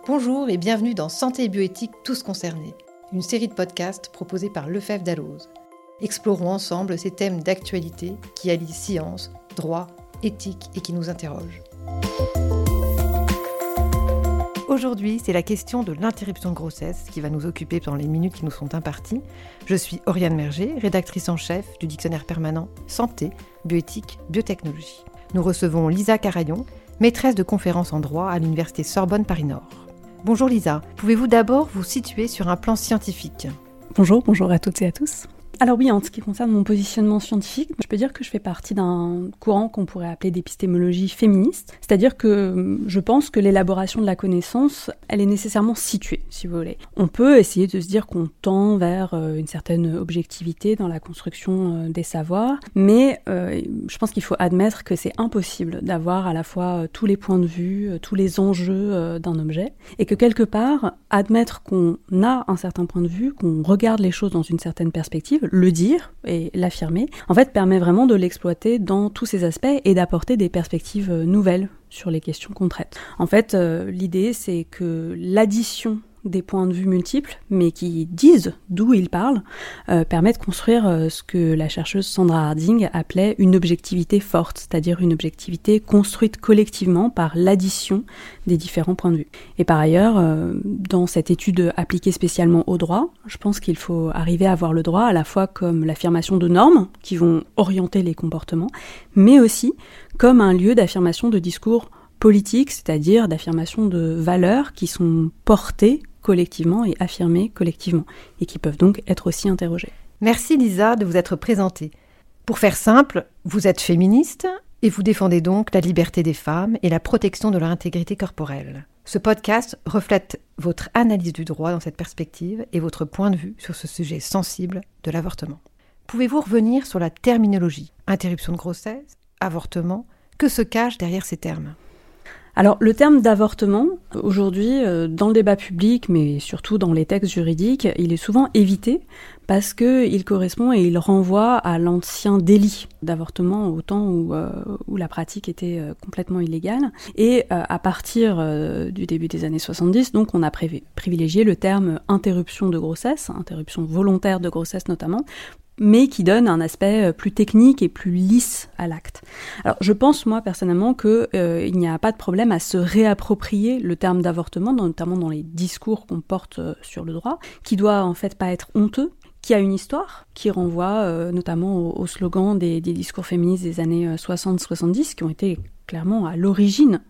Bonjour et bienvenue dans Santé et bioéthique tous concernés, une série de podcasts proposée par Lefebvre Dalloz. Explorons ensemble ces thèmes d'actualité qui allient science, droit, éthique et qui nous interrogent. Aujourd'hui, c'est la question de l'interruption de grossesse qui va nous occuper pendant les minutes qui nous sont imparties. Je suis Oriane Merger, rédactrice en chef du dictionnaire permanent Santé, bioéthique, biotechnologie. Nous recevons Lisa Carayon, maîtresse de conférences en droit à l'université Sorbonne-Paris-Nord. Bonjour Lisa, pouvez-vous d'abord vous situer sur un plan scientifique ? Bonjour à toutes et à tous. Alors oui, en ce qui concerne mon positionnement scientifique, je peux dire que je fais partie d'un courant qu'on pourrait appeler d'épistémologie féministe, c'est-à-dire que je pense que l'élaboration de la connaissance, elle est nécessairement située, si vous voulez. On peut essayer de se dire qu'on tend vers une certaine objectivité dans la construction des savoirs, mais je pense qu'il faut admettre que c'est impossible d'avoir à la fois tous les points de vue, tous les enjeux d'un objet, et que quelque part, admettre qu'on a un certain point de vue, qu'on regarde les choses dans une certaine perspective, le dire et l'affirmer, en fait, permet vraiment de l'exploiter dans tous ses aspects et d'apporter des perspectives nouvelles sur les questions qu'on traite. En fait, l'idée, c'est que l'addition des points de vue multiples, mais qui disent d'où ils parlent, permet de construire ce que la chercheuse Sandra Harding appelait une objectivité forte, c'est-à-dire une objectivité construite collectivement par l'addition des différents points de vue. Et par ailleurs, dans cette étude appliquée spécialement au droit, je pense qu'il faut arriver à voir le droit à la fois comme l'affirmation de normes qui vont orienter les comportements, mais aussi comme un lieu d'affirmation de discours politiques, c'est-à-dire d'affirmation de valeurs qui sont portées collectivement et affirmées collectivement, et qui peuvent donc être aussi interrogées. Merci Lisa de vous être présentée. Pour faire simple, vous êtes féministe et vous défendez donc la liberté des femmes et la protection de leur intégrité corporelle. Ce podcast reflète votre analyse du droit dans cette perspective et votre point de vue sur ce sujet sensible de l'avortement. Pouvez-vous revenir sur la terminologie ? Interruption de grossesse, avortement, que se cache derrière ces termes ? Alors, le terme d'avortement, aujourd'hui, dans le débat public, mais surtout dans les textes juridiques, il est souvent évité parce qu'il correspond et il renvoie à l'ancien délit d'avortement au temps où la pratique était complètement illégale. Et à partir du début des années 70, donc, on a privilégié le terme interruption de grossesse, interruption volontaire de grossesse notamment, mais qui donne un aspect plus technique et plus lisse à l'acte. Alors, je pense, moi, personnellement, il n'y a pas de problème à se réapproprier le terme d'avortement, notamment dans les discours qu'on porte sur le droit, qui doit, en fait, pas être honteux, qui a une histoire, qui renvoie notamment au slogan des discours féministes des années 60-70, qui ont été clairement à l'origine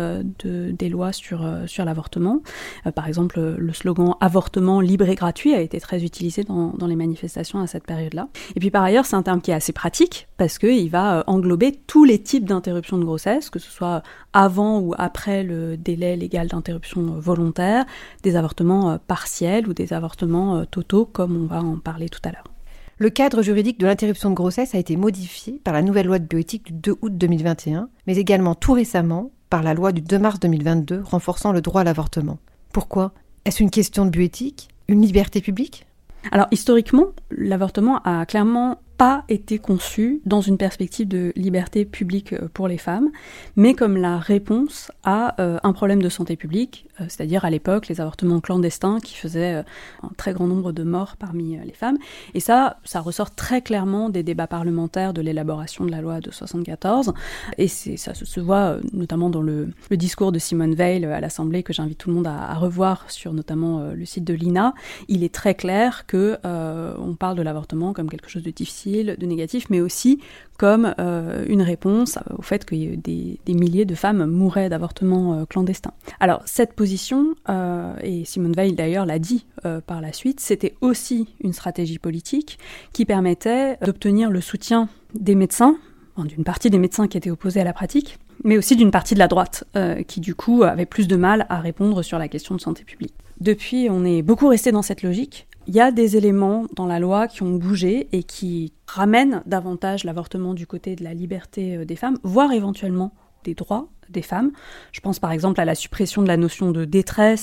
des lois sur l'avortement. Par exemple, le slogan « avortement libre et gratuit » a été très utilisé dans les manifestations à cette période-là. Et puis par ailleurs, c'est un terme qui est assez pratique, parce qu'il va englober tous les types d'interruptions de grossesse, que ce soit avant ou après le délai légal d'interruption volontaire, des avortements partiels ou des avortements totaux, comme on va en parler tout à l'heure. Le cadre juridique de l'interruption de grossesse a été modifié par la nouvelle loi de bioéthique du 2 août 2021, mais également tout récemment par la loi du 2 mars 2022 renforçant le droit à l'avortement. Pourquoi ? Est-ce une question de bioéthique ? Une liberté publique ? Alors historiquement, l'avortement a clairement pas été conçu dans une perspective de liberté publique pour les femmes, mais comme la réponse à un problème de santé publique, c'est-à-dire à l'époque les avortements clandestins qui faisaient un très grand nombre de morts parmi les femmes. Et ça ressort très clairement des débats parlementaires de l'élaboration de la loi de 74, et ça se voit notamment dans le discours de Simone Veil à l'Assemblée, que j'invite tout le monde à revoir sur notamment le site de l'INA. Il est très clair que on parle de l'avortement comme quelque chose de difficile, de négatif, mais aussi comme une réponse au fait que des milliers de femmes mouraient d'avortements clandestins. Alors cette position, et Simone Veil d'ailleurs l'a dit par la suite, c'était aussi une stratégie politique qui permettait d'obtenir le soutien des médecins, d'une partie des médecins qui étaient opposés à la pratique, mais aussi d'une partie de la droite, qui du coup avait plus de mal à répondre sur la question de santé publique. Depuis, on est beaucoup resté dans cette logique. Il y a des éléments dans la loi qui ont bougé et qui ramènent davantage l'avortement du côté de la liberté des femmes, voire éventuellement des droits des femmes. Je pense par exemple à la suppression de la notion de détresse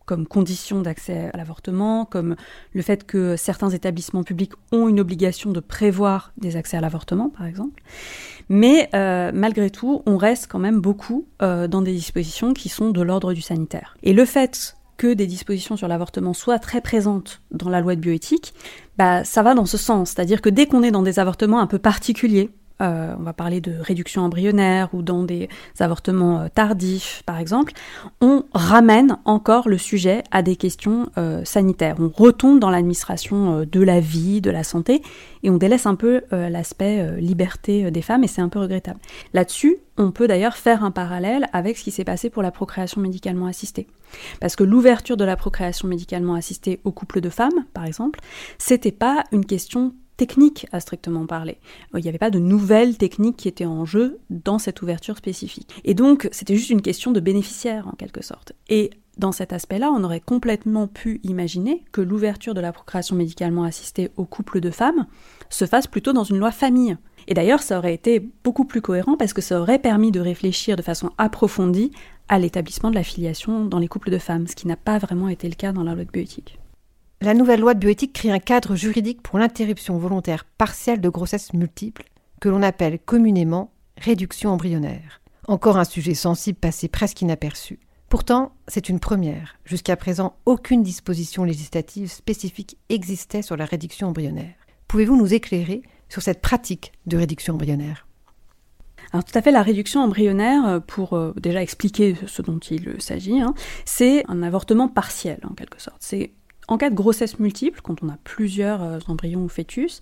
comme condition d'accès à l'avortement, comme le fait que certains établissements publics ont une obligation de prévoir des accès à l'avortement, par exemple. Mais malgré tout, on reste quand même beaucoup dans des dispositions qui sont de l'ordre du sanitaire. Et le fait que des dispositions sur l'avortement soient très présentes dans la loi de bioéthique, ça va dans ce sens. C'est-à-dire que dès qu'on est dans des avortements un peu particuliers, on va parler de réduction embryonnaire ou dans des avortements tardifs, par exemple, on ramène encore le sujet à des questions sanitaires. On retombe dans l'administration de la vie, de la santé, et on délaisse un peu l'aspect liberté des femmes, et c'est un peu regrettable. Là-dessus, on peut d'ailleurs faire un parallèle avec ce qui s'est passé pour la procréation médicalement assistée. Parce que l'ouverture de la procréation médicalement assistée aux couples de femmes, par exemple, c'était pas une question technique à strictement parler. Il n'y avait pas de nouvelles techniques qui étaient en jeu dans cette ouverture spécifique. Et donc, c'était juste une question de bénéficiaire, en quelque sorte. Et dans cet aspect-là, on aurait complètement pu imaginer que l'ouverture de la procréation médicalement assistée aux couples de femmes se fasse plutôt dans une loi famille. Et d'ailleurs, ça aurait été beaucoup plus cohérent parce que ça aurait permis de réfléchir de façon approfondie à l'établissement de la filiation dans les couples de femmes, ce qui n'a pas vraiment été le cas dans la loi de bioéthique. La nouvelle loi de bioéthique crée un cadre juridique pour l'interruption volontaire partielle de grossesse multiple, que l'on appelle communément réduction embryonnaire. Encore un sujet sensible passé presque inaperçu. Pourtant, c'est une première. Jusqu'à présent, aucune disposition législative spécifique existait sur la réduction embryonnaire. Pouvez-vous nous éclairer sur cette pratique de réduction embryonnaire ? Alors tout à fait, la réduction embryonnaire, pour déjà expliquer ce dont il s'agit, c'est un avortement partiel en quelque sorte. C'est en cas de grossesse multiple, quand on a plusieurs embryons ou fœtus,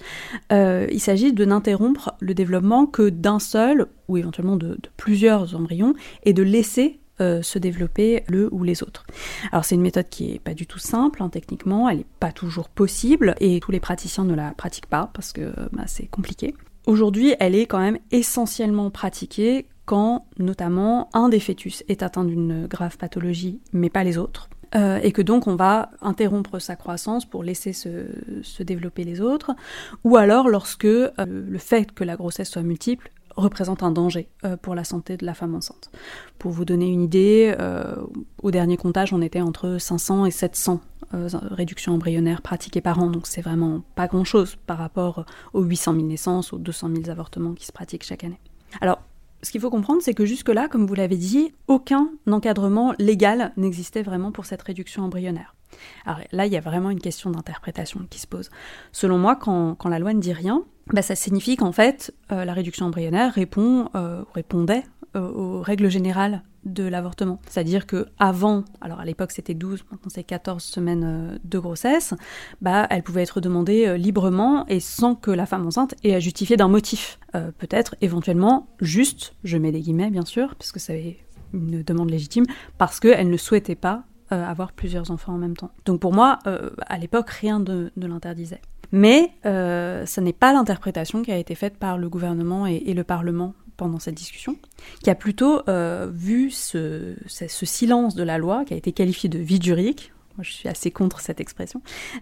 il s'agit de n'interrompre le développement que d'un seul ou éventuellement de plusieurs embryons et de laisser se développer le ou les autres. Alors c'est une méthode qui est pas du tout simple techniquement, elle n'est pas toujours possible et tous les praticiens ne la pratiquent pas parce que c'est compliqué. Aujourd'hui, elle est quand même essentiellement pratiquée quand notamment un des fœtus est atteint d'une grave pathologie mais pas les autres. Et que donc on va interrompre sa croissance pour laisser se développer les autres, ou alors lorsque le fait que la grossesse soit multiple représente un danger pour la santé de la femme enceinte. Pour vous donner une idée, au dernier comptage, on était entre 500 et 700 réductions embryonnaires pratiquées par an, donc c'est vraiment pas grand-chose par rapport aux 800 000 naissances, aux 200 000 avortements qui se pratiquent chaque année. Alors, ce qu'il faut comprendre, c'est que jusque-là, comme vous l'avez dit, aucun encadrement légal n'existait vraiment pour cette réduction embryonnaire. Alors là, il y a vraiment une question d'interprétation qui se pose. Selon moi, quand la loi ne dit rien, ça signifie qu'en fait, la réduction embryonnaire répondait aux règles générales de l'avortement. C'est-à-dire que avant, alors à l'époque c'était 12, maintenant c'est 14 semaines de grossesse, elle pouvait être demandée librement et sans que la femme enceinte ait à justifier d'un motif. Peut-être éventuellement juste, je mets des guillemets bien sûr, puisque c'est une demande légitime, parce qu'elle ne souhaitait pas avoir plusieurs enfants en même temps. Donc pour moi, à l'époque, rien ne l'interdisait. Mais ça n'est pas l'interprétation qui a été faite par le gouvernement et le Parlement pendant cette discussion, qui a plutôt vu ce silence de la loi, qui a été qualifié de vide juridique, moi je suis assez contre cette expression,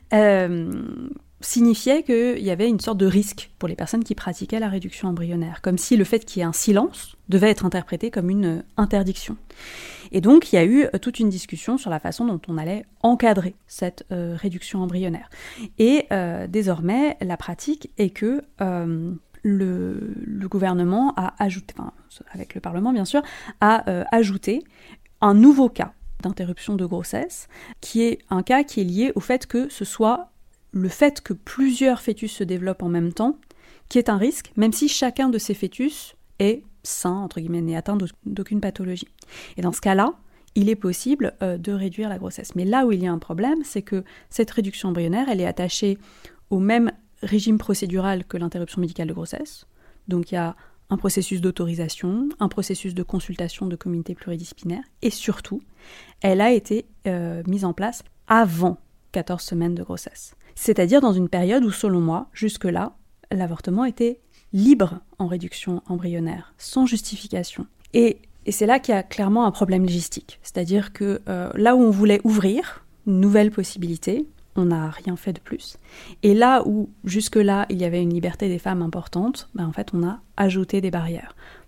signifiait qu'il y avait une sorte de risque pour les personnes qui pratiquaient la réduction embryonnaire, comme si le fait qu'il y ait un silence devait être interprété comme une interdiction. Et donc il y a eu toute une discussion sur la façon dont on allait encadrer cette réduction embryonnaire. Et désormais, la pratique est que le gouvernement a ajouté, avec le Parlement bien sûr, a ajouté un nouveau cas d'interruption de grossesse, qui est un cas qui est lié au fait que ce soit le fait que plusieurs fœtus se développent en même temps qui est un risque, même si chacun de ces fœtus est sain, entre guillemets, n'est atteint d'aucune pathologie. Et dans ce cas-là, il est possible de réduire la grossesse. Mais là où il y a un problème, c'est que cette réduction embryonnaire, elle est attachée au même régime procédural que l'interruption médicale de grossesse. Donc il y a un processus d'autorisation, un processus de consultation de comités pluridisciplinaires, et surtout, elle a été mise en place avant 14 semaines de grossesse. C'est-à-dire dans une période où, selon moi, jusque-là, l'avortement était libre en réduction embryonnaire, sans justification. Et c'est là qu'il y a clairement un problème légistique. C'est-à-dire que là où on voulait ouvrir une nouvelle possibilité, on n'a rien fait de plus. Et là où, jusque-là, il y avait une liberté des femmes importante, en fait, on a ajouté des barrières.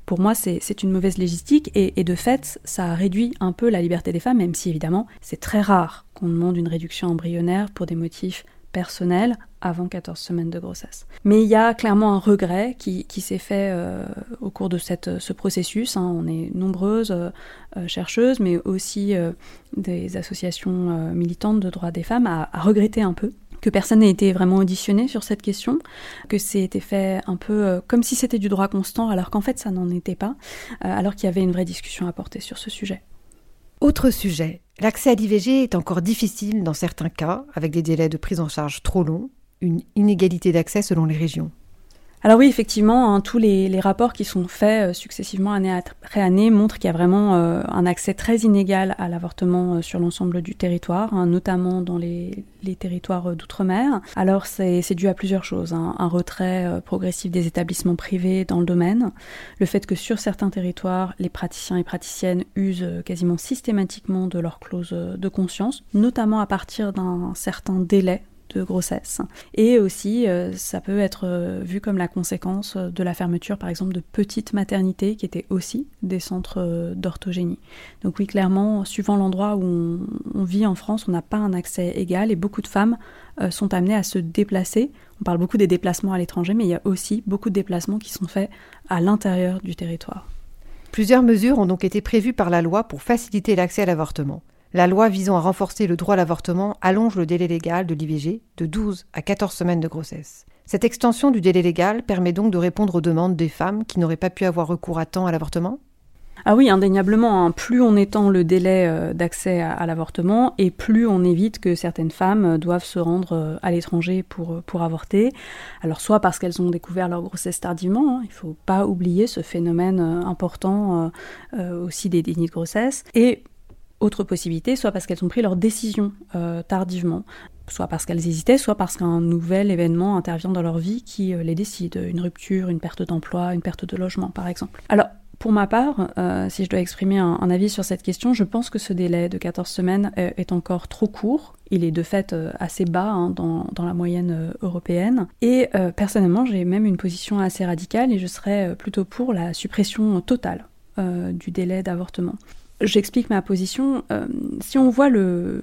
Pour moi, c'est une mauvaise légistique et de fait, ça réduit un peu la liberté des femmes, même si évidemment, c'est très rare qu'on demande une réduction embryonnaire pour des motifs personnels avant 14 semaines de grossesse. Mais il y a clairement un regret qui s'est fait au cours de ce processus. On est nombreuses chercheuses, mais aussi des associations militantes de droits des femmes à regretter un peu que personne n'ait été vraiment auditionné sur cette question, que c'était fait un peu comme si c'était du droit constant, alors qu'en fait ça n'en était pas, alors qu'il y avait une vraie discussion à porter sur ce sujet. Autre sujet, l'accès à l'IVG est encore difficile dans certains cas, avec des délais de prise en charge trop longs, une inégalité d'accès selon les régions. Alors oui, effectivement, tous les rapports qui sont faits successivement année après année montrent qu'il y a vraiment un accès très inégal à l'avortement sur l'ensemble du territoire, notamment dans les territoires d'outre-mer. Alors c'est dû à plusieurs choses, un retrait progressif des établissements privés dans le domaine, le fait que sur certains territoires, les praticiens et praticiennes usent quasiment systématiquement de leur clause de conscience, notamment à partir d'un certain délai de grossesse. Et aussi, ça peut être vu comme la conséquence de la fermeture, par exemple, de petites maternités qui étaient aussi des centres d'orthogénie. Donc oui, clairement, suivant l'endroit où on vit en France, on n'a pas un accès égal et beaucoup de femmes sont amenées à se déplacer. On parle beaucoup des déplacements à l'étranger, mais il y a aussi beaucoup de déplacements qui sont faits à l'intérieur du territoire. Plusieurs mesures ont donc été prévues par la loi pour faciliter l'accès à l'avortement. La loi visant à renforcer le droit à l'avortement allonge le délai légal de l'IVG de 12 à 14 semaines de grossesse. Cette extension du délai légal permet donc de répondre aux demandes des femmes qui n'auraient pas pu avoir recours à temps à l'avortement ? Ah oui, indéniablement, plus on étend le délai d'accès à l'avortement et plus on évite que certaines femmes doivent se rendre à l'étranger pour avorter. Alors soit parce qu'elles ont découvert leur grossesse tardivement, il ne faut pas oublier ce phénomène important aussi des dénis de grossesse, et autre possibilité, soit parce qu'elles ont pris leur décision tardivement, soit parce qu'elles hésitaient, soit parce qu'un nouvel événement intervient dans leur vie qui les décide, une rupture, une perte d'emploi, une perte de logement par exemple. Alors, pour ma part, si je dois exprimer un avis sur cette question, je pense que ce délai de 14 semaines est encore trop court. Il est de fait assez bas dans la moyenne européenne. Et personnellement, j'ai même une position assez radicale et je serais plutôt pour la suppression totale du délai d'avortement. J'explique ma position. Si on voit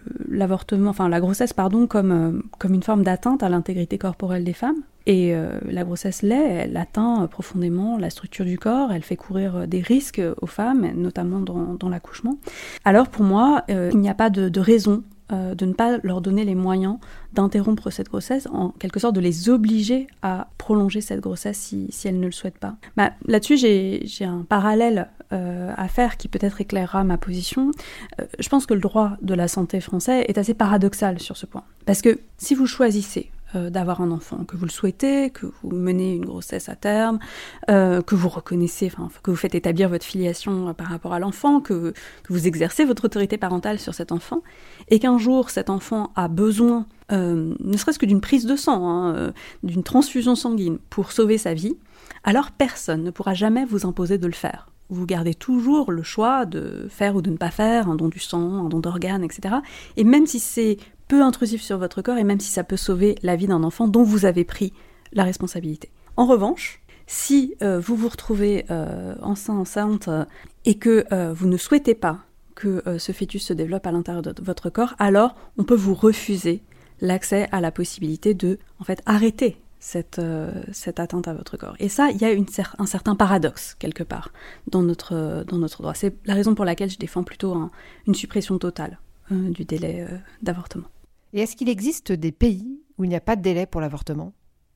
la grossesse, comme une forme d'atteinte à l'intégrité corporelle des femmes, et la grossesse elle atteint profondément la structure du corps, elle fait courir des risques aux femmes, notamment dans l'accouchement. Alors pour moi, il n'y a pas de raison de ne pas leur donner les moyens d'interrompre cette grossesse, en quelque sorte de les obliger à prolonger cette grossesse si elles ne le souhaitent pas. Là-dessus, j'ai un parallèle à faire qui peut-être éclairera ma position. Je pense que le droit de la santé français est assez paradoxal sur ce point. Parce que si vous choisissez d'avoir un enfant, que vous le souhaitez, que vous menez une grossesse à terme, que vous reconnaissez, que vous faites établir votre filiation par rapport à l'enfant, que vous exercez votre autorité parentale sur cet enfant, et qu'un jour cet enfant a besoin, ne serait-ce que d'une prise de sang, d'une transfusion sanguine pour sauver sa vie, alors personne ne pourra jamais vous imposer de le faire. Vous gardez toujours le choix de faire ou de ne pas faire un don du sang, un don d'organes, etc. Et même si c'est peu intrusif sur votre corps et même si ça peut sauver la vie d'un enfant dont vous avez pris la responsabilité. En revanche, si vous vous retrouvez enceinte et que vous ne souhaitez pas que ce fœtus se développe à l'intérieur de votre corps, alors on peut vous refuser l'accès à la possibilité de arrêter cette atteinte à votre corps. Et ça, il y a un certain paradoxe, quelque part, dans notre droit. C'est la raison pour laquelle je défends plutôt une suppression totale du délai d'avortement. Et est-ce qu'il existe des pays où il n'y a pas de délai pour l'avortement ?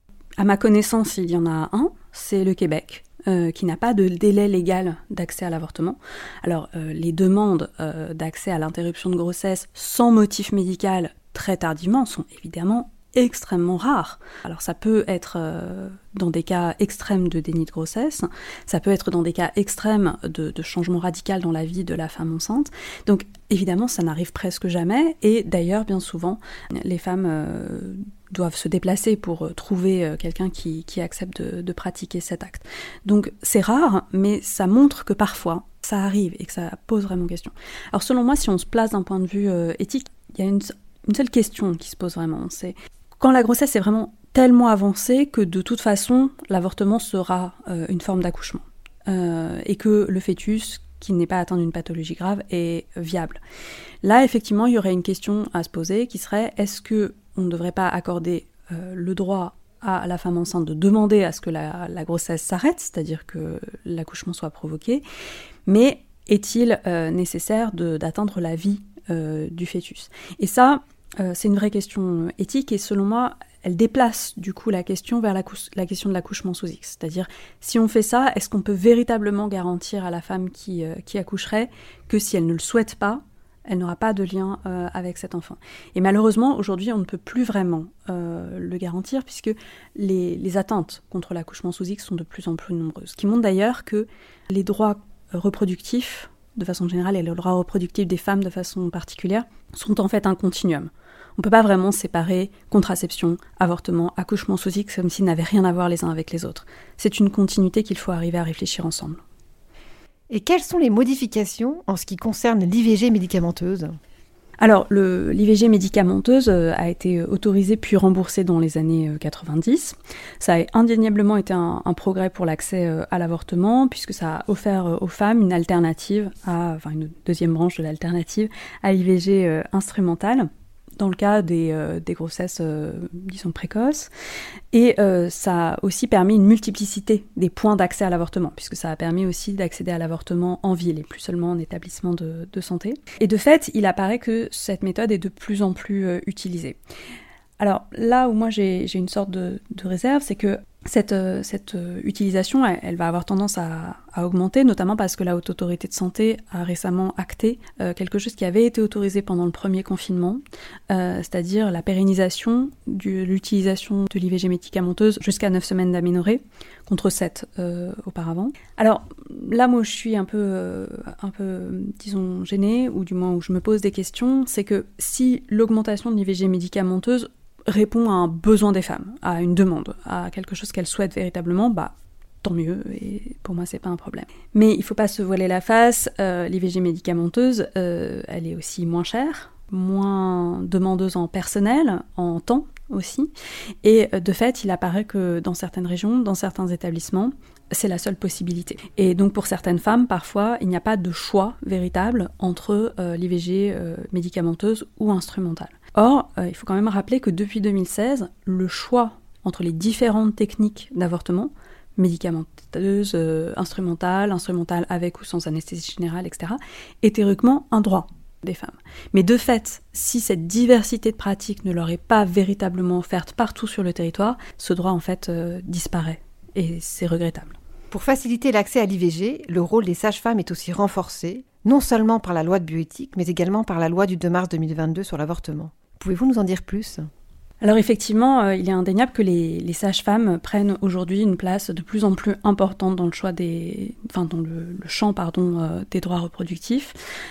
À ma connaissance, il y en a un, c'est le Québec, qui n'a pas de délai légal d'accès à l'avortement. Alors, les demandes d'accès à l'interruption de grossesse sans motif médical très tardivement sont évidemment extrêmement rares. Alors ça peut être dans des cas extrêmes de déni de grossesse, ça peut être dans des cas extrêmes de changement radical dans la vie de la femme enceinte. Donc évidemment ça n'arrive presque jamais, et d'ailleurs bien souvent les femmes doivent se déplacer pour trouver quelqu'un qui accepte de pratiquer cet acte. Donc c'est rare, mais ça montre que parfois ça arrive et que ça pose vraiment question. Alors selon moi, si on se place d'un point de vue éthique, il y a une seule question qui se pose vraiment, c'est quand la grossesse est vraiment tellement avancée que de toute façon, l'avortement sera une forme d'accouchement. et que le fœtus qui n'est pas atteint d'une pathologie grave est viable. Là, effectivement, il y aurait une question à se poser qui serait, est-ce qu'on ne devrait pas accorder le droit à la femme enceinte de demander à ce que la grossesse s'arrête, c'est-à-dire que l'accouchement soit provoqué, mais est-il nécessaire d'atteindre la vie du fœtus ? Et ça, c'est une vraie question éthique et selon moi, elle déplace du coup la question vers la question de l'accouchement sous X. C'est-à-dire, si on fait ça, est-ce qu'on peut véritablement garantir à la femme qui accoucherait que si elle ne le souhaite pas, elle n'aura pas de lien avec cet enfant. Et malheureusement, aujourd'hui, on ne peut plus vraiment le garantir puisque les atteintes contre l'accouchement sous X sont de plus en plus nombreuses. Ce qui montre d'ailleurs que les droits reproductifs, de façon générale, et les droits reproductifs des femmes de façon particulière, sont en fait un continuum. On ne peut pas vraiment séparer contraception, avortement, accouchement sous X comme s'ils n'avaient rien à voir les uns avec les autres. C'est une continuité qu'il faut arriver à réfléchir ensemble. Et quelles sont les modifications en ce qui concerne l'IVG médicamenteuse ? Alors, l'IVG médicamenteuse a été autorisée puis remboursée dans les années 90. Ça a indéniablement été un progrès pour l'accès à l'avortement, puisque ça a offert aux femmes une alternative, une deuxième branche de l'alternative à l'IVG instrumentale, dans le cas des grossesses, disons, précoces. Et ça a aussi permis une multiplicité des points d'accès à l'avortement, puisque ça a permis aussi d'accéder à l'avortement en ville et plus seulement en établissement de santé. Et de fait, il apparaît que cette méthode est de plus en plus utilisée. Alors là où moi j'ai une sorte de réserve, c'est que cette utilisation, elle va avoir tendance à augmenter, notamment parce que la Haute Autorité de Santé a récemment acté quelque chose qui avait été autorisé pendant le premier confinement, c'est-à-dire la pérennisation de l'utilisation de l'IVG médicamenteuse jusqu'à 9 semaines d'aménorrhée, contre 7 auparavant. Alors là, moi je suis un peu, disons, gênée, ou du moins où je me pose des questions, c'est que si l'augmentation de l'IVG médicamenteuse répond à un besoin des femmes, à une demande, à quelque chose qu'elles souhaitent véritablement, tant mieux, et pour moi c'est pas un problème. Mais il faut pas se voiler la face, l'IVG médicamenteuse, elle est aussi moins chère, moins demandeuse en personnel, en temps aussi, et de fait il apparaît que dans certaines régions, dans certains établissements, c'est la seule possibilité. Et donc pour certaines femmes, parfois, il n'y a pas de choix véritable entre l'IVG médicamenteuse ou instrumentale. Or, il faut quand même rappeler que depuis 2016, le choix entre les différentes techniques d'avortement, médicamenteuse, instrumentale avec ou sans anesthésie générale, etc., est théoriquement un droit des femmes. Mais de fait, si cette diversité de pratiques ne leur est pas véritablement offerte partout sur le territoire, ce droit en fait disparaît. Et c'est regrettable. Pour faciliter l'accès à l'IVG, le rôle des sages-femmes est aussi renforcé, non seulement par la loi de bioéthique, mais également par la loi du 2 mars 2022 sur l'avortement. Pouvez-vous nous en dire plus ? Alors effectivement, il est indéniable que les sages-femmes prennent aujourd'hui une place de plus en plus importante dans le choix dans le champ des droits reproductifs.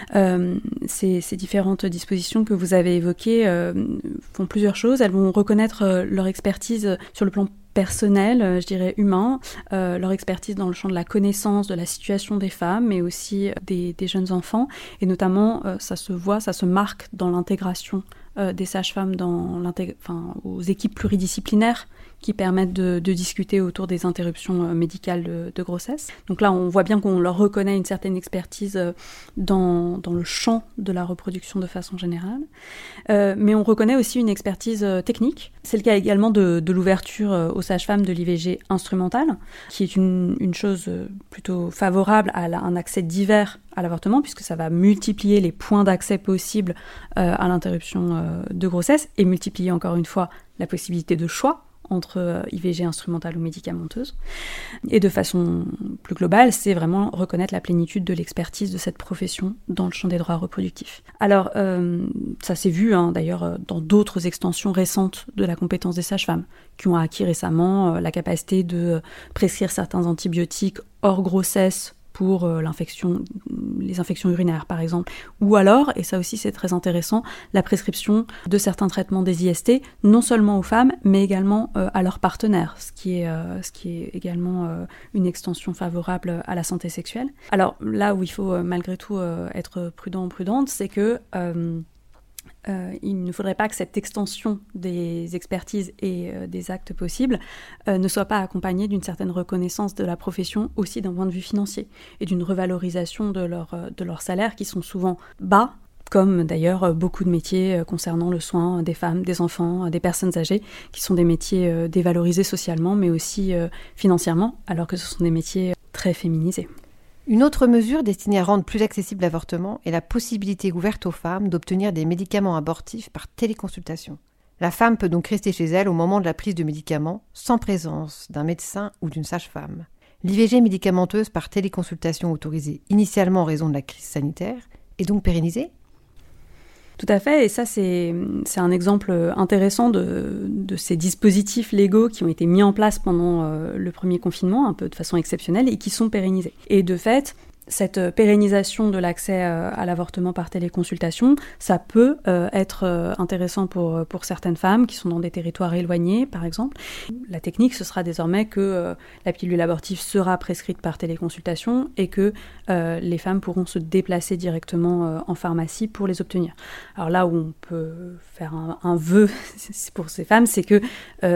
Ces différentes dispositions que vous avez évoquées font plusieurs choses. Elles vont reconnaître leur expertise sur le plan personnel, je dirais humain, leur expertise dans le champ de la connaissance de la situation des femmes, mais aussi des jeunes enfants, et notamment ça se marque dans l'intégration des sages-femmes aux équipes pluridisciplinaires qui permettent de discuter autour des interruptions médicales de grossesse. Donc là, on voit bien qu'on leur reconnaît une certaine expertise dans le champ de la reproduction de façon générale. Mais on reconnaît aussi une expertise technique. C'est le cas également de l'ouverture aux sages-femmes de l'IVG instrumentale, qui est une chose plutôt favorable à un accès divers à l'avortement, puisque ça va multiplier les points d'accès possibles à l'interruption de grossesse et multiplier encore une fois la possibilité de choix entre IVG instrumentale ou médicamenteuse. Et de façon plus globale, c'est vraiment reconnaître la plénitude de l'expertise de cette profession dans le champ des droits reproductifs. Alors, ça s'est vu d'ailleurs dans d'autres extensions récentes de la compétence des sages-femmes, qui ont acquis récemment la capacité de prescrire certains antibiotiques hors grossesse pour les infections urinaires par exemple, ou alors, et ça aussi c'est très intéressant, la prescription de certains traitements des IST, non seulement aux femmes, mais également à leurs partenaires, ce qui est également une extension favorable à la santé sexuelle. Alors là où il faut malgré tout être prudente, c'est que il ne faudrait pas que cette extension des expertises et des actes possibles ne soit pas accompagnée d'une certaine reconnaissance de la profession, aussi d'un point de vue financier, et d'une revalorisation de leurs salaires qui sont souvent bas, comme d'ailleurs beaucoup de métiers concernant le soin des femmes, des enfants, des personnes âgées, qui sont des métiers dévalorisés socialement, mais aussi financièrement, alors que ce sont des métiers très féminisés. Une autre mesure destinée à rendre plus accessible l'avortement est la possibilité ouverte aux femmes d'obtenir des médicaments abortifs par téléconsultation. La femme peut donc rester chez elle au moment de la prise de médicaments, sans présence d'un médecin ou d'une sage-femme. L'IVG médicamenteuse par téléconsultation autorisée initialement en raison de la crise sanitaire est donc pérennisée ? Tout à fait, et ça c'est un exemple intéressant de ces dispositifs légaux qui ont été mis en place pendant le premier confinement, un peu de façon exceptionnelle, et qui sont pérennisés. Et de fait, cette pérennisation de l'accès à l'avortement par téléconsultation, ça peut être intéressant pour certaines femmes qui sont dans des territoires éloignés, par exemple. La technique, ce sera désormais que la pilule abortive sera prescrite par téléconsultation et que les femmes pourront se déplacer directement en pharmacie pour les obtenir. Alors là où on peut faire un vœu pour ces femmes, c'est que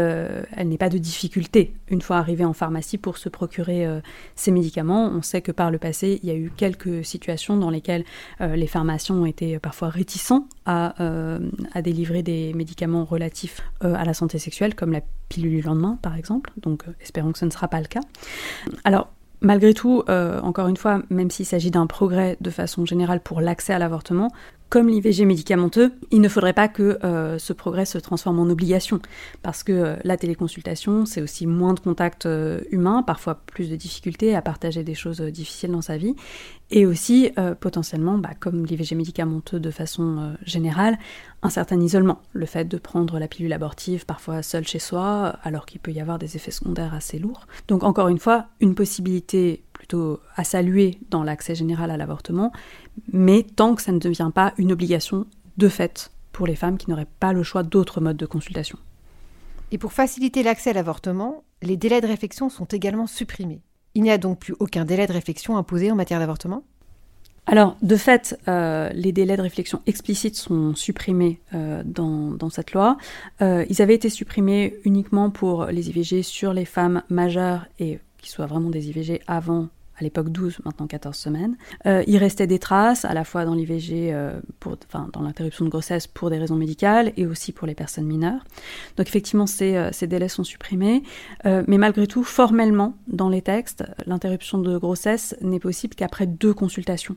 elles n'aient pas de difficulté une fois arrivées en pharmacie pour se procurer ces médicaments. On sait que par le passé, il y a eu quelques situations dans lesquelles les pharmaciens ont été parfois réticents à délivrer des médicaments relatifs à la santé sexuelle, comme la pilule du lendemain, par exemple. Donc, espérons que ce ne sera pas le cas. Alors, malgré tout, encore une fois, même s'il s'agit d'un progrès de façon générale pour l'accès à l'avortement, comme l'IVG médicamenteux, il ne faudrait pas que ce progrès se transforme en obligation, parce que la téléconsultation, c'est aussi moins de contacts humains, parfois plus de difficultés à partager des choses difficiles dans sa vie, et aussi potentiellement, comme l'IVG médicamenteux de façon générale, un certain isolement, le fait de prendre la pilule abortive parfois seule chez soi, alors qu'il peut y avoir des effets secondaires assez lourds. Donc encore une fois, une possibilité plutôt à saluer dans l'accès général à l'avortement, mais tant que ça ne devient pas une obligation de fait pour les femmes qui n'auraient pas le choix d'autres modes de consultation. Et pour faciliter l'accès à l'avortement, les délais de réflexion sont également supprimés. Il n'y a donc plus aucun délai de réflexion imposé en matière d'avortement ? Alors, de fait, les délais de réflexion explicites sont supprimés dans cette loi. Ils avaient été supprimés uniquement pour les IVG sur les femmes majeures et qui soient vraiment des IVG avant, à l'époque 12, maintenant 14 semaines. Il restait des traces, à la fois dans l'IVG, dans l'interruption de grossesse pour des raisons médicales et aussi pour les personnes mineures. Donc effectivement, ces délais sont supprimés. Mais malgré tout, formellement, dans les textes, l'interruption de grossesse n'est possible qu'après 2 consultations.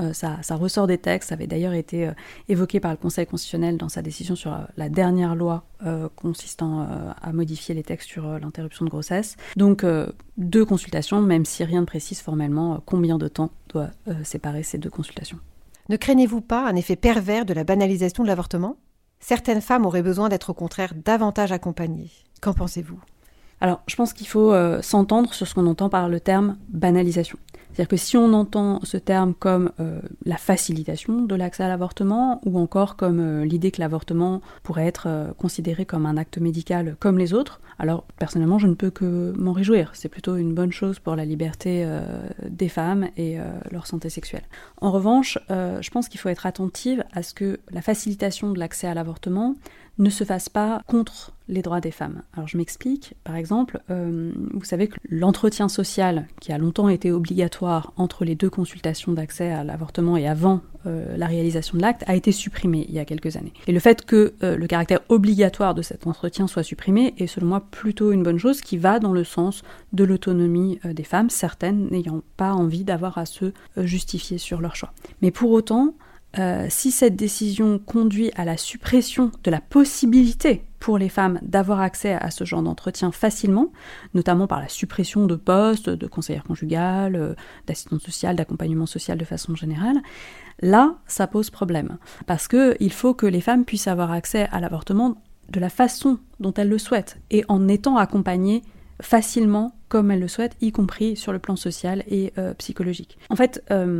Ça ressort des textes, ça avait d'ailleurs été évoqué par le Conseil constitutionnel dans sa décision sur la dernière loi consistant à modifier les textes sur l'interruption de grossesse. Donc 2 consultations, même si rien ne précise formellement combien de temps doit séparer ces 2 consultations. Ne craignez-vous pas un effet pervers de la banalisation de l'avortement ? Certaines femmes auraient besoin d'être au contraire davantage accompagnées. Qu'en pensez-vous ? Alors, je pense qu'il faut s'entendre sur ce qu'on entend par le terme banalisation. C'est-à-dire que si on entend ce terme comme la facilitation de l'accès à l'avortement, ou encore comme l'idée que l'avortement pourrait être considéré comme un acte médical comme les autres, alors personnellement je ne peux que m'en réjouir. C'est plutôt une bonne chose pour la liberté des femmes et leur santé sexuelle. En revanche, je pense qu'il faut être attentive à ce que la facilitation de l'accès à l'avortement ne se fasse pas contre les droits des femmes. Alors je m'explique, par exemple, vous savez que l'entretien social, qui a longtemps été obligatoire entre les 2 consultations d'accès à l'avortement et avant la réalisation de l'acte, a été supprimé il y a quelques années. Et le fait que le caractère obligatoire de cet entretien soit supprimé est selon moi plutôt une bonne chose qui va dans le sens de l'autonomie des femmes, certaines n'ayant pas envie d'avoir à se justifier sur leur choix. Mais pour autant, si cette décision conduit à la suppression de la possibilité pour les femmes d'avoir accès à ce genre d'entretien facilement, notamment par la suppression de postes, de conseillères conjugales, d'assistantes sociales, d'accompagnement social de façon générale, là, ça pose problème. Parce qu'il faut que les femmes puissent avoir accès à l'avortement de la façon dont elles le souhaitent, et en étant accompagnées facilement comme elles le souhaitent, y compris sur le plan social et psychologique. En fait,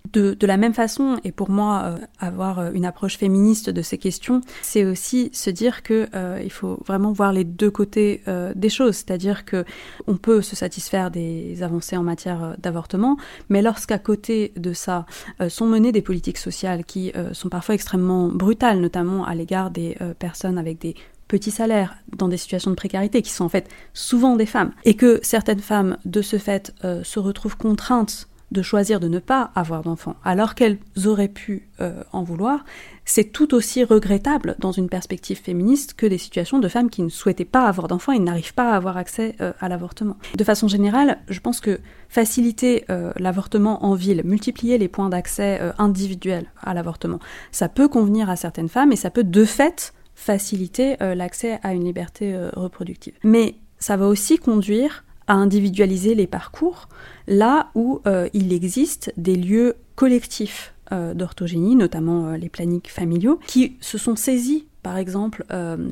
De la même façon, et pour moi, avoir une approche féministe de ces questions, c'est aussi se dire que il faut vraiment voir les deux côtés des choses, c'est-à-dire que on peut se satisfaire des avancées en matière d'avortement, mais lorsqu'à côté de ça sont menées des politiques sociales qui sont parfois extrêmement brutales, notamment à l'égard des personnes avec des petits salaires, dans des situations de précarité, qui sont en fait souvent des femmes, et que certaines femmes, de ce fait, se retrouvent contraintes de choisir de ne pas avoir d'enfants, alors qu'elles auraient pu en vouloir, c'est tout aussi regrettable dans une perspective féministe que des situations de femmes qui ne souhaitaient pas avoir d'enfants et n'arrivent pas à avoir accès à l'avortement. De façon générale, je pense que faciliter l'avortement en ville, multiplier les points d'accès individuels à l'avortement, ça peut convenir à certaines femmes et ça peut de fait faciliter l'accès à une liberté reproductive. Mais ça va aussi conduire à individualiser les parcours, là où il existe des lieux collectifs d'orthogénie, notamment les plannings familiaux, qui se sont saisis, par exemple,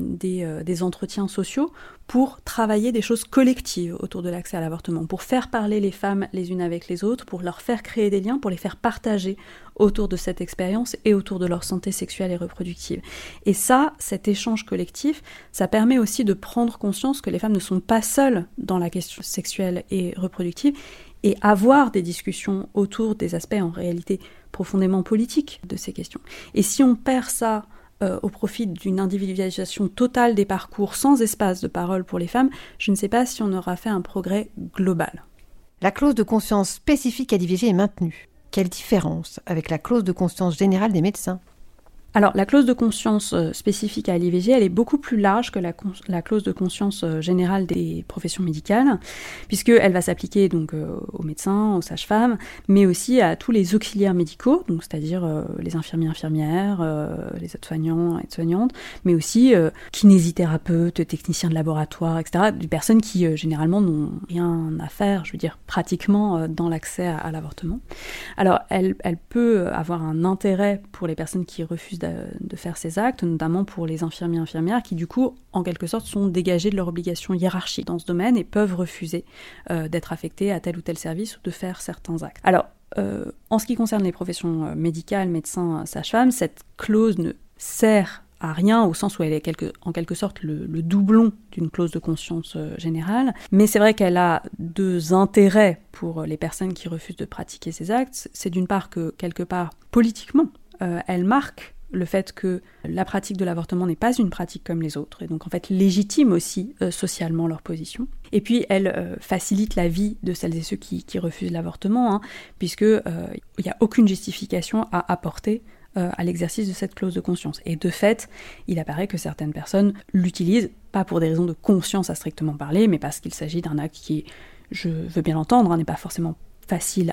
des entretiens sociaux pour travailler des choses collectives autour de l'accès à l'avortement, pour faire parler les femmes les unes avec les autres, pour leur faire créer des liens, pour les faire partager autour de cette expérience et autour de leur santé sexuelle et reproductive. Et ça, cet échange collectif, ça permet aussi de prendre conscience que les femmes ne sont pas seules dans la question sexuelle et reproductive, et avoir des discussions autour des aspects en réalité profondément politiques de ces questions. Et si on perd ça au profit d'une individualisation totale des parcours sans espace de parole pour les femmes, je ne sais pas si on aura fait un progrès global. La clause de conscience spécifique à l'IVG est maintenue. Quelle différence avec la clause de conscience générale des médecins ? Alors, la clause de conscience spécifique à l'IVG, elle est beaucoup plus large que la clause de conscience générale des professions médicales, puisqu'elle va s'appliquer donc aux médecins, aux sages-femmes, mais aussi à tous les auxiliaires médicaux, donc c'est-à-dire les infirmiers, infirmières, les aides-soignants, aides-soignantes, mais aussi kinésithérapeutes, techniciens de laboratoire, etc., des personnes qui généralement n'ont rien à faire, je veux dire pratiquement, dans l'accès à l'avortement. Alors, elle peut avoir un intérêt pour les personnes qui refusent de faire ces actes, notamment pour les infirmiers et infirmières qui, du coup, en quelque sorte, sont dégagés de leur obligation hiérarchique dans ce domaine et peuvent refuser d'être affectés à tel ou tel service ou de faire certains actes. Alors, en ce qui concerne les professions médicales, médecins, sages-femmes, cette clause ne sert à rien, au sens où elle est en quelque sorte le doublon d'une clause de conscience générale, mais c'est vrai qu'elle a deux intérêts pour les personnes qui refusent de pratiquer ces actes. C'est d'une part que, quelque part, politiquement, elle marque le fait que la pratique de l'avortement n'est pas une pratique comme les autres, et donc en fait légitime aussi socialement leur position. Et puis elle facilite la vie de celles et ceux qui refusent l'avortement, puisque il n'y a aucune justification à apporter à l'exercice de cette clause de conscience. Et de fait, il apparaît que certaines personnes l'utilisent, pas pour des raisons de conscience à strictement parler, mais parce qu'il s'agit d'un acte qui, je veux bien l'entendre, n'est pas forcément facile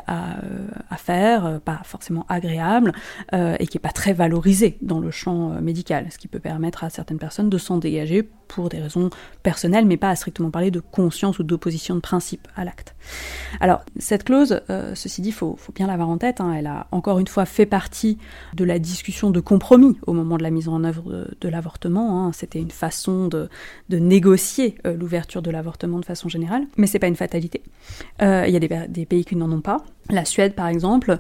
à faire, pas forcément agréable, et qui n'est pas très valorisé dans le champ médical, ce qui peut permettre à certaines personnes de s'en dégager pour des raisons personnelles, mais pas à strictement parler de conscience ou d'opposition de principe à l'acte. Alors, cette clause, ceci dit, faut bien l'avoir en tête, elle a encore une fois fait partie de la discussion de compromis au moment de la mise en œuvre de l'avortement, C'était une façon de négocier l'ouverture de l'avortement de façon générale, mais c'est pas une fatalité. Il y a des pays qui n'en ont pas. La Suède, par exemple,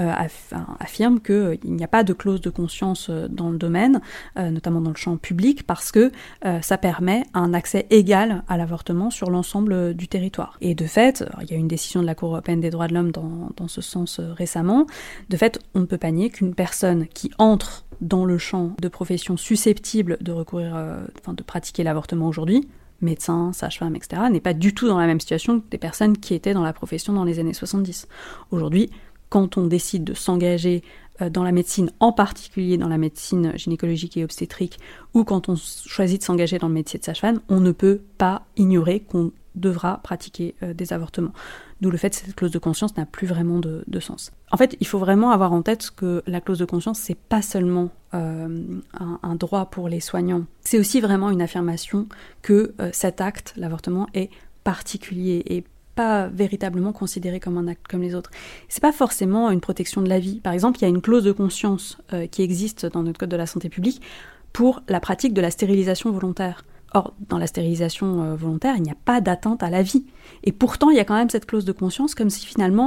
affirme qu'il n'y a pas de clause de conscience dans le domaine, notamment dans le champ public, parce que ça permet un accès égal à l'avortement sur l'ensemble du territoire. Et de fait, il y a une décision de la Cour européenne des droits de l'homme dans ce sens récemment, de fait, on ne peut pas nier qu'une personne qui entre dans le champ de professions susceptibles de de pratiquer l'avortement aujourd'hui, médecins, sages-femmes, etc., n'est pas du tout dans la même situation que des personnes qui étaient dans la profession dans les années 70. Aujourd'hui, quand on décide de s'engager dans la médecine, en particulier dans la médecine gynécologique et obstétrique, ou quand on choisit de s'engager dans le métier de sage-femme, on ne peut pas ignorer qu'on devra pratiquer des avortements. D'où le fait que cette clause de conscience n'a plus vraiment de sens. En fait, il faut vraiment avoir en tête que la clause de conscience, c'est pas seulement un droit pour les soignants, c'est aussi vraiment une affirmation que cet acte, l'avortement, est particulier et pas véritablement considéré comme un acte comme les autres. C'est pas forcément une protection de la vie. Par exemple, il y a une clause de conscience qui existe dans notre code de la santé publique pour la pratique de la stérilisation volontaire. Or, dans la stérilisation volontaire, il n'y a pas d'atteinte à la vie. Et pourtant, il y a quand même cette clause de conscience, comme si finalement,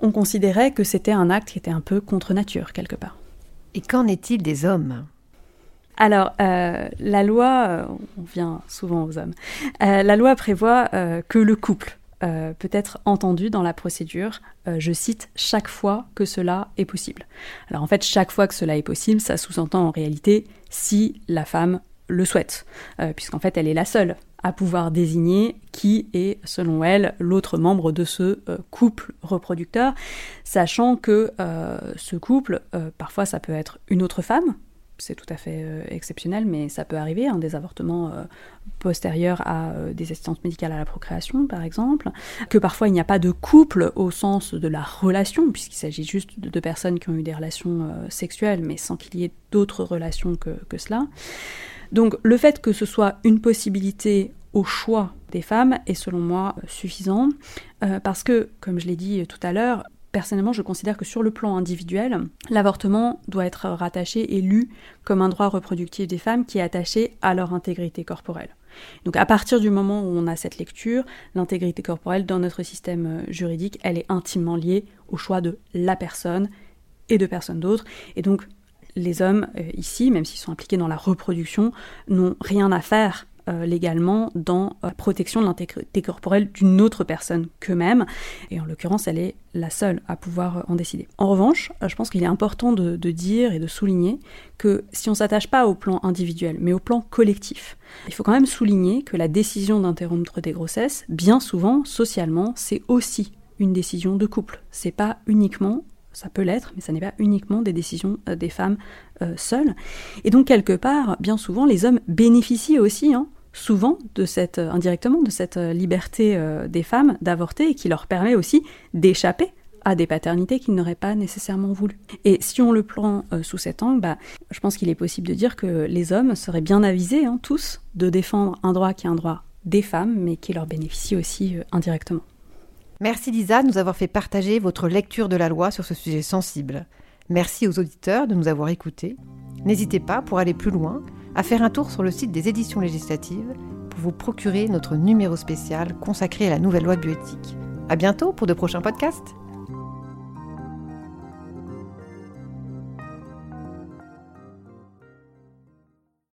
on considérait que c'était un acte qui était un peu contre nature, quelque part. Et qu'en est-il des hommes ? Alors, la loi, on vient souvent aux hommes, la loi prévoit que le couple peut être entendu dans la procédure, je cite, « chaque fois que cela est possible ». Alors en fait, chaque fois que cela est possible, ça sous-entend en réalité si la femme le souhaite, puisqu'en fait elle est la seule à pouvoir désigner qui est, selon elle, l'autre membre de ce couple reproducteur, sachant que ce couple, parfois ça peut être une autre femme, c'est tout à fait exceptionnel, mais ça peut arriver, des avortements postérieurs à des assistances médicales à la procréation, par exemple, que parfois il n'y a pas de couple au sens de la relation, puisqu'il s'agit juste de deux personnes qui ont eu des relations sexuelles, mais sans qu'il y ait d'autres relations que cela. Donc le fait que ce soit une possibilité au choix des femmes est selon moi suffisant, parce que, comme je l'ai dit tout à l'heure, personnellement, je considère que sur le plan individuel, l'avortement doit être rattaché et lu comme un droit reproductif des femmes qui est attaché à leur intégrité corporelle. Donc à partir du moment où on a cette lecture, l'intégrité corporelle dans notre système juridique, elle est intimement liée au choix de la personne et de personne d'autre. Et donc les hommes ici, même s'ils sont impliqués dans la reproduction, n'ont rien à faire légalement dans la protection de l'intégrité corporelle d'une autre personne qu'eux-mêmes, et en l'occurrence elle est la seule à pouvoir en décider. En revanche, je pense qu'il est important de dire et de souligner que si on ne s'attache pas au plan individuel, mais au plan collectif, il faut quand même souligner que la décision d'interrompre des grossesses, bien souvent, socialement, c'est aussi une décision de couple. C'est pas uniquement, ça peut l'être, mais ça n'est pas uniquement des décisions des femmes seules. Et donc, quelque part, bien souvent, les hommes bénéficient aussi, souvent, indirectement, de cette liberté des femmes d'avorter et qui leur permet aussi d'échapper à des paternités qu'ils n'auraient pas nécessairement voulu. Et si on le prend sous cet angle, je pense qu'il est possible de dire que les hommes seraient bien avisés, tous, de défendre un droit qui est un droit des femmes, mais qui leur bénéficie aussi indirectement. Merci Lisa de nous avoir fait partager votre lecture de la loi sur ce sujet sensible. Merci aux auditeurs de nous avoir écoutés. N'hésitez pas, pour aller plus loin, à faire un tour sur le site des éditions législatives pour vous procurer notre numéro spécial consacré à la nouvelle loi bioéthique. À bientôt pour de prochains podcasts.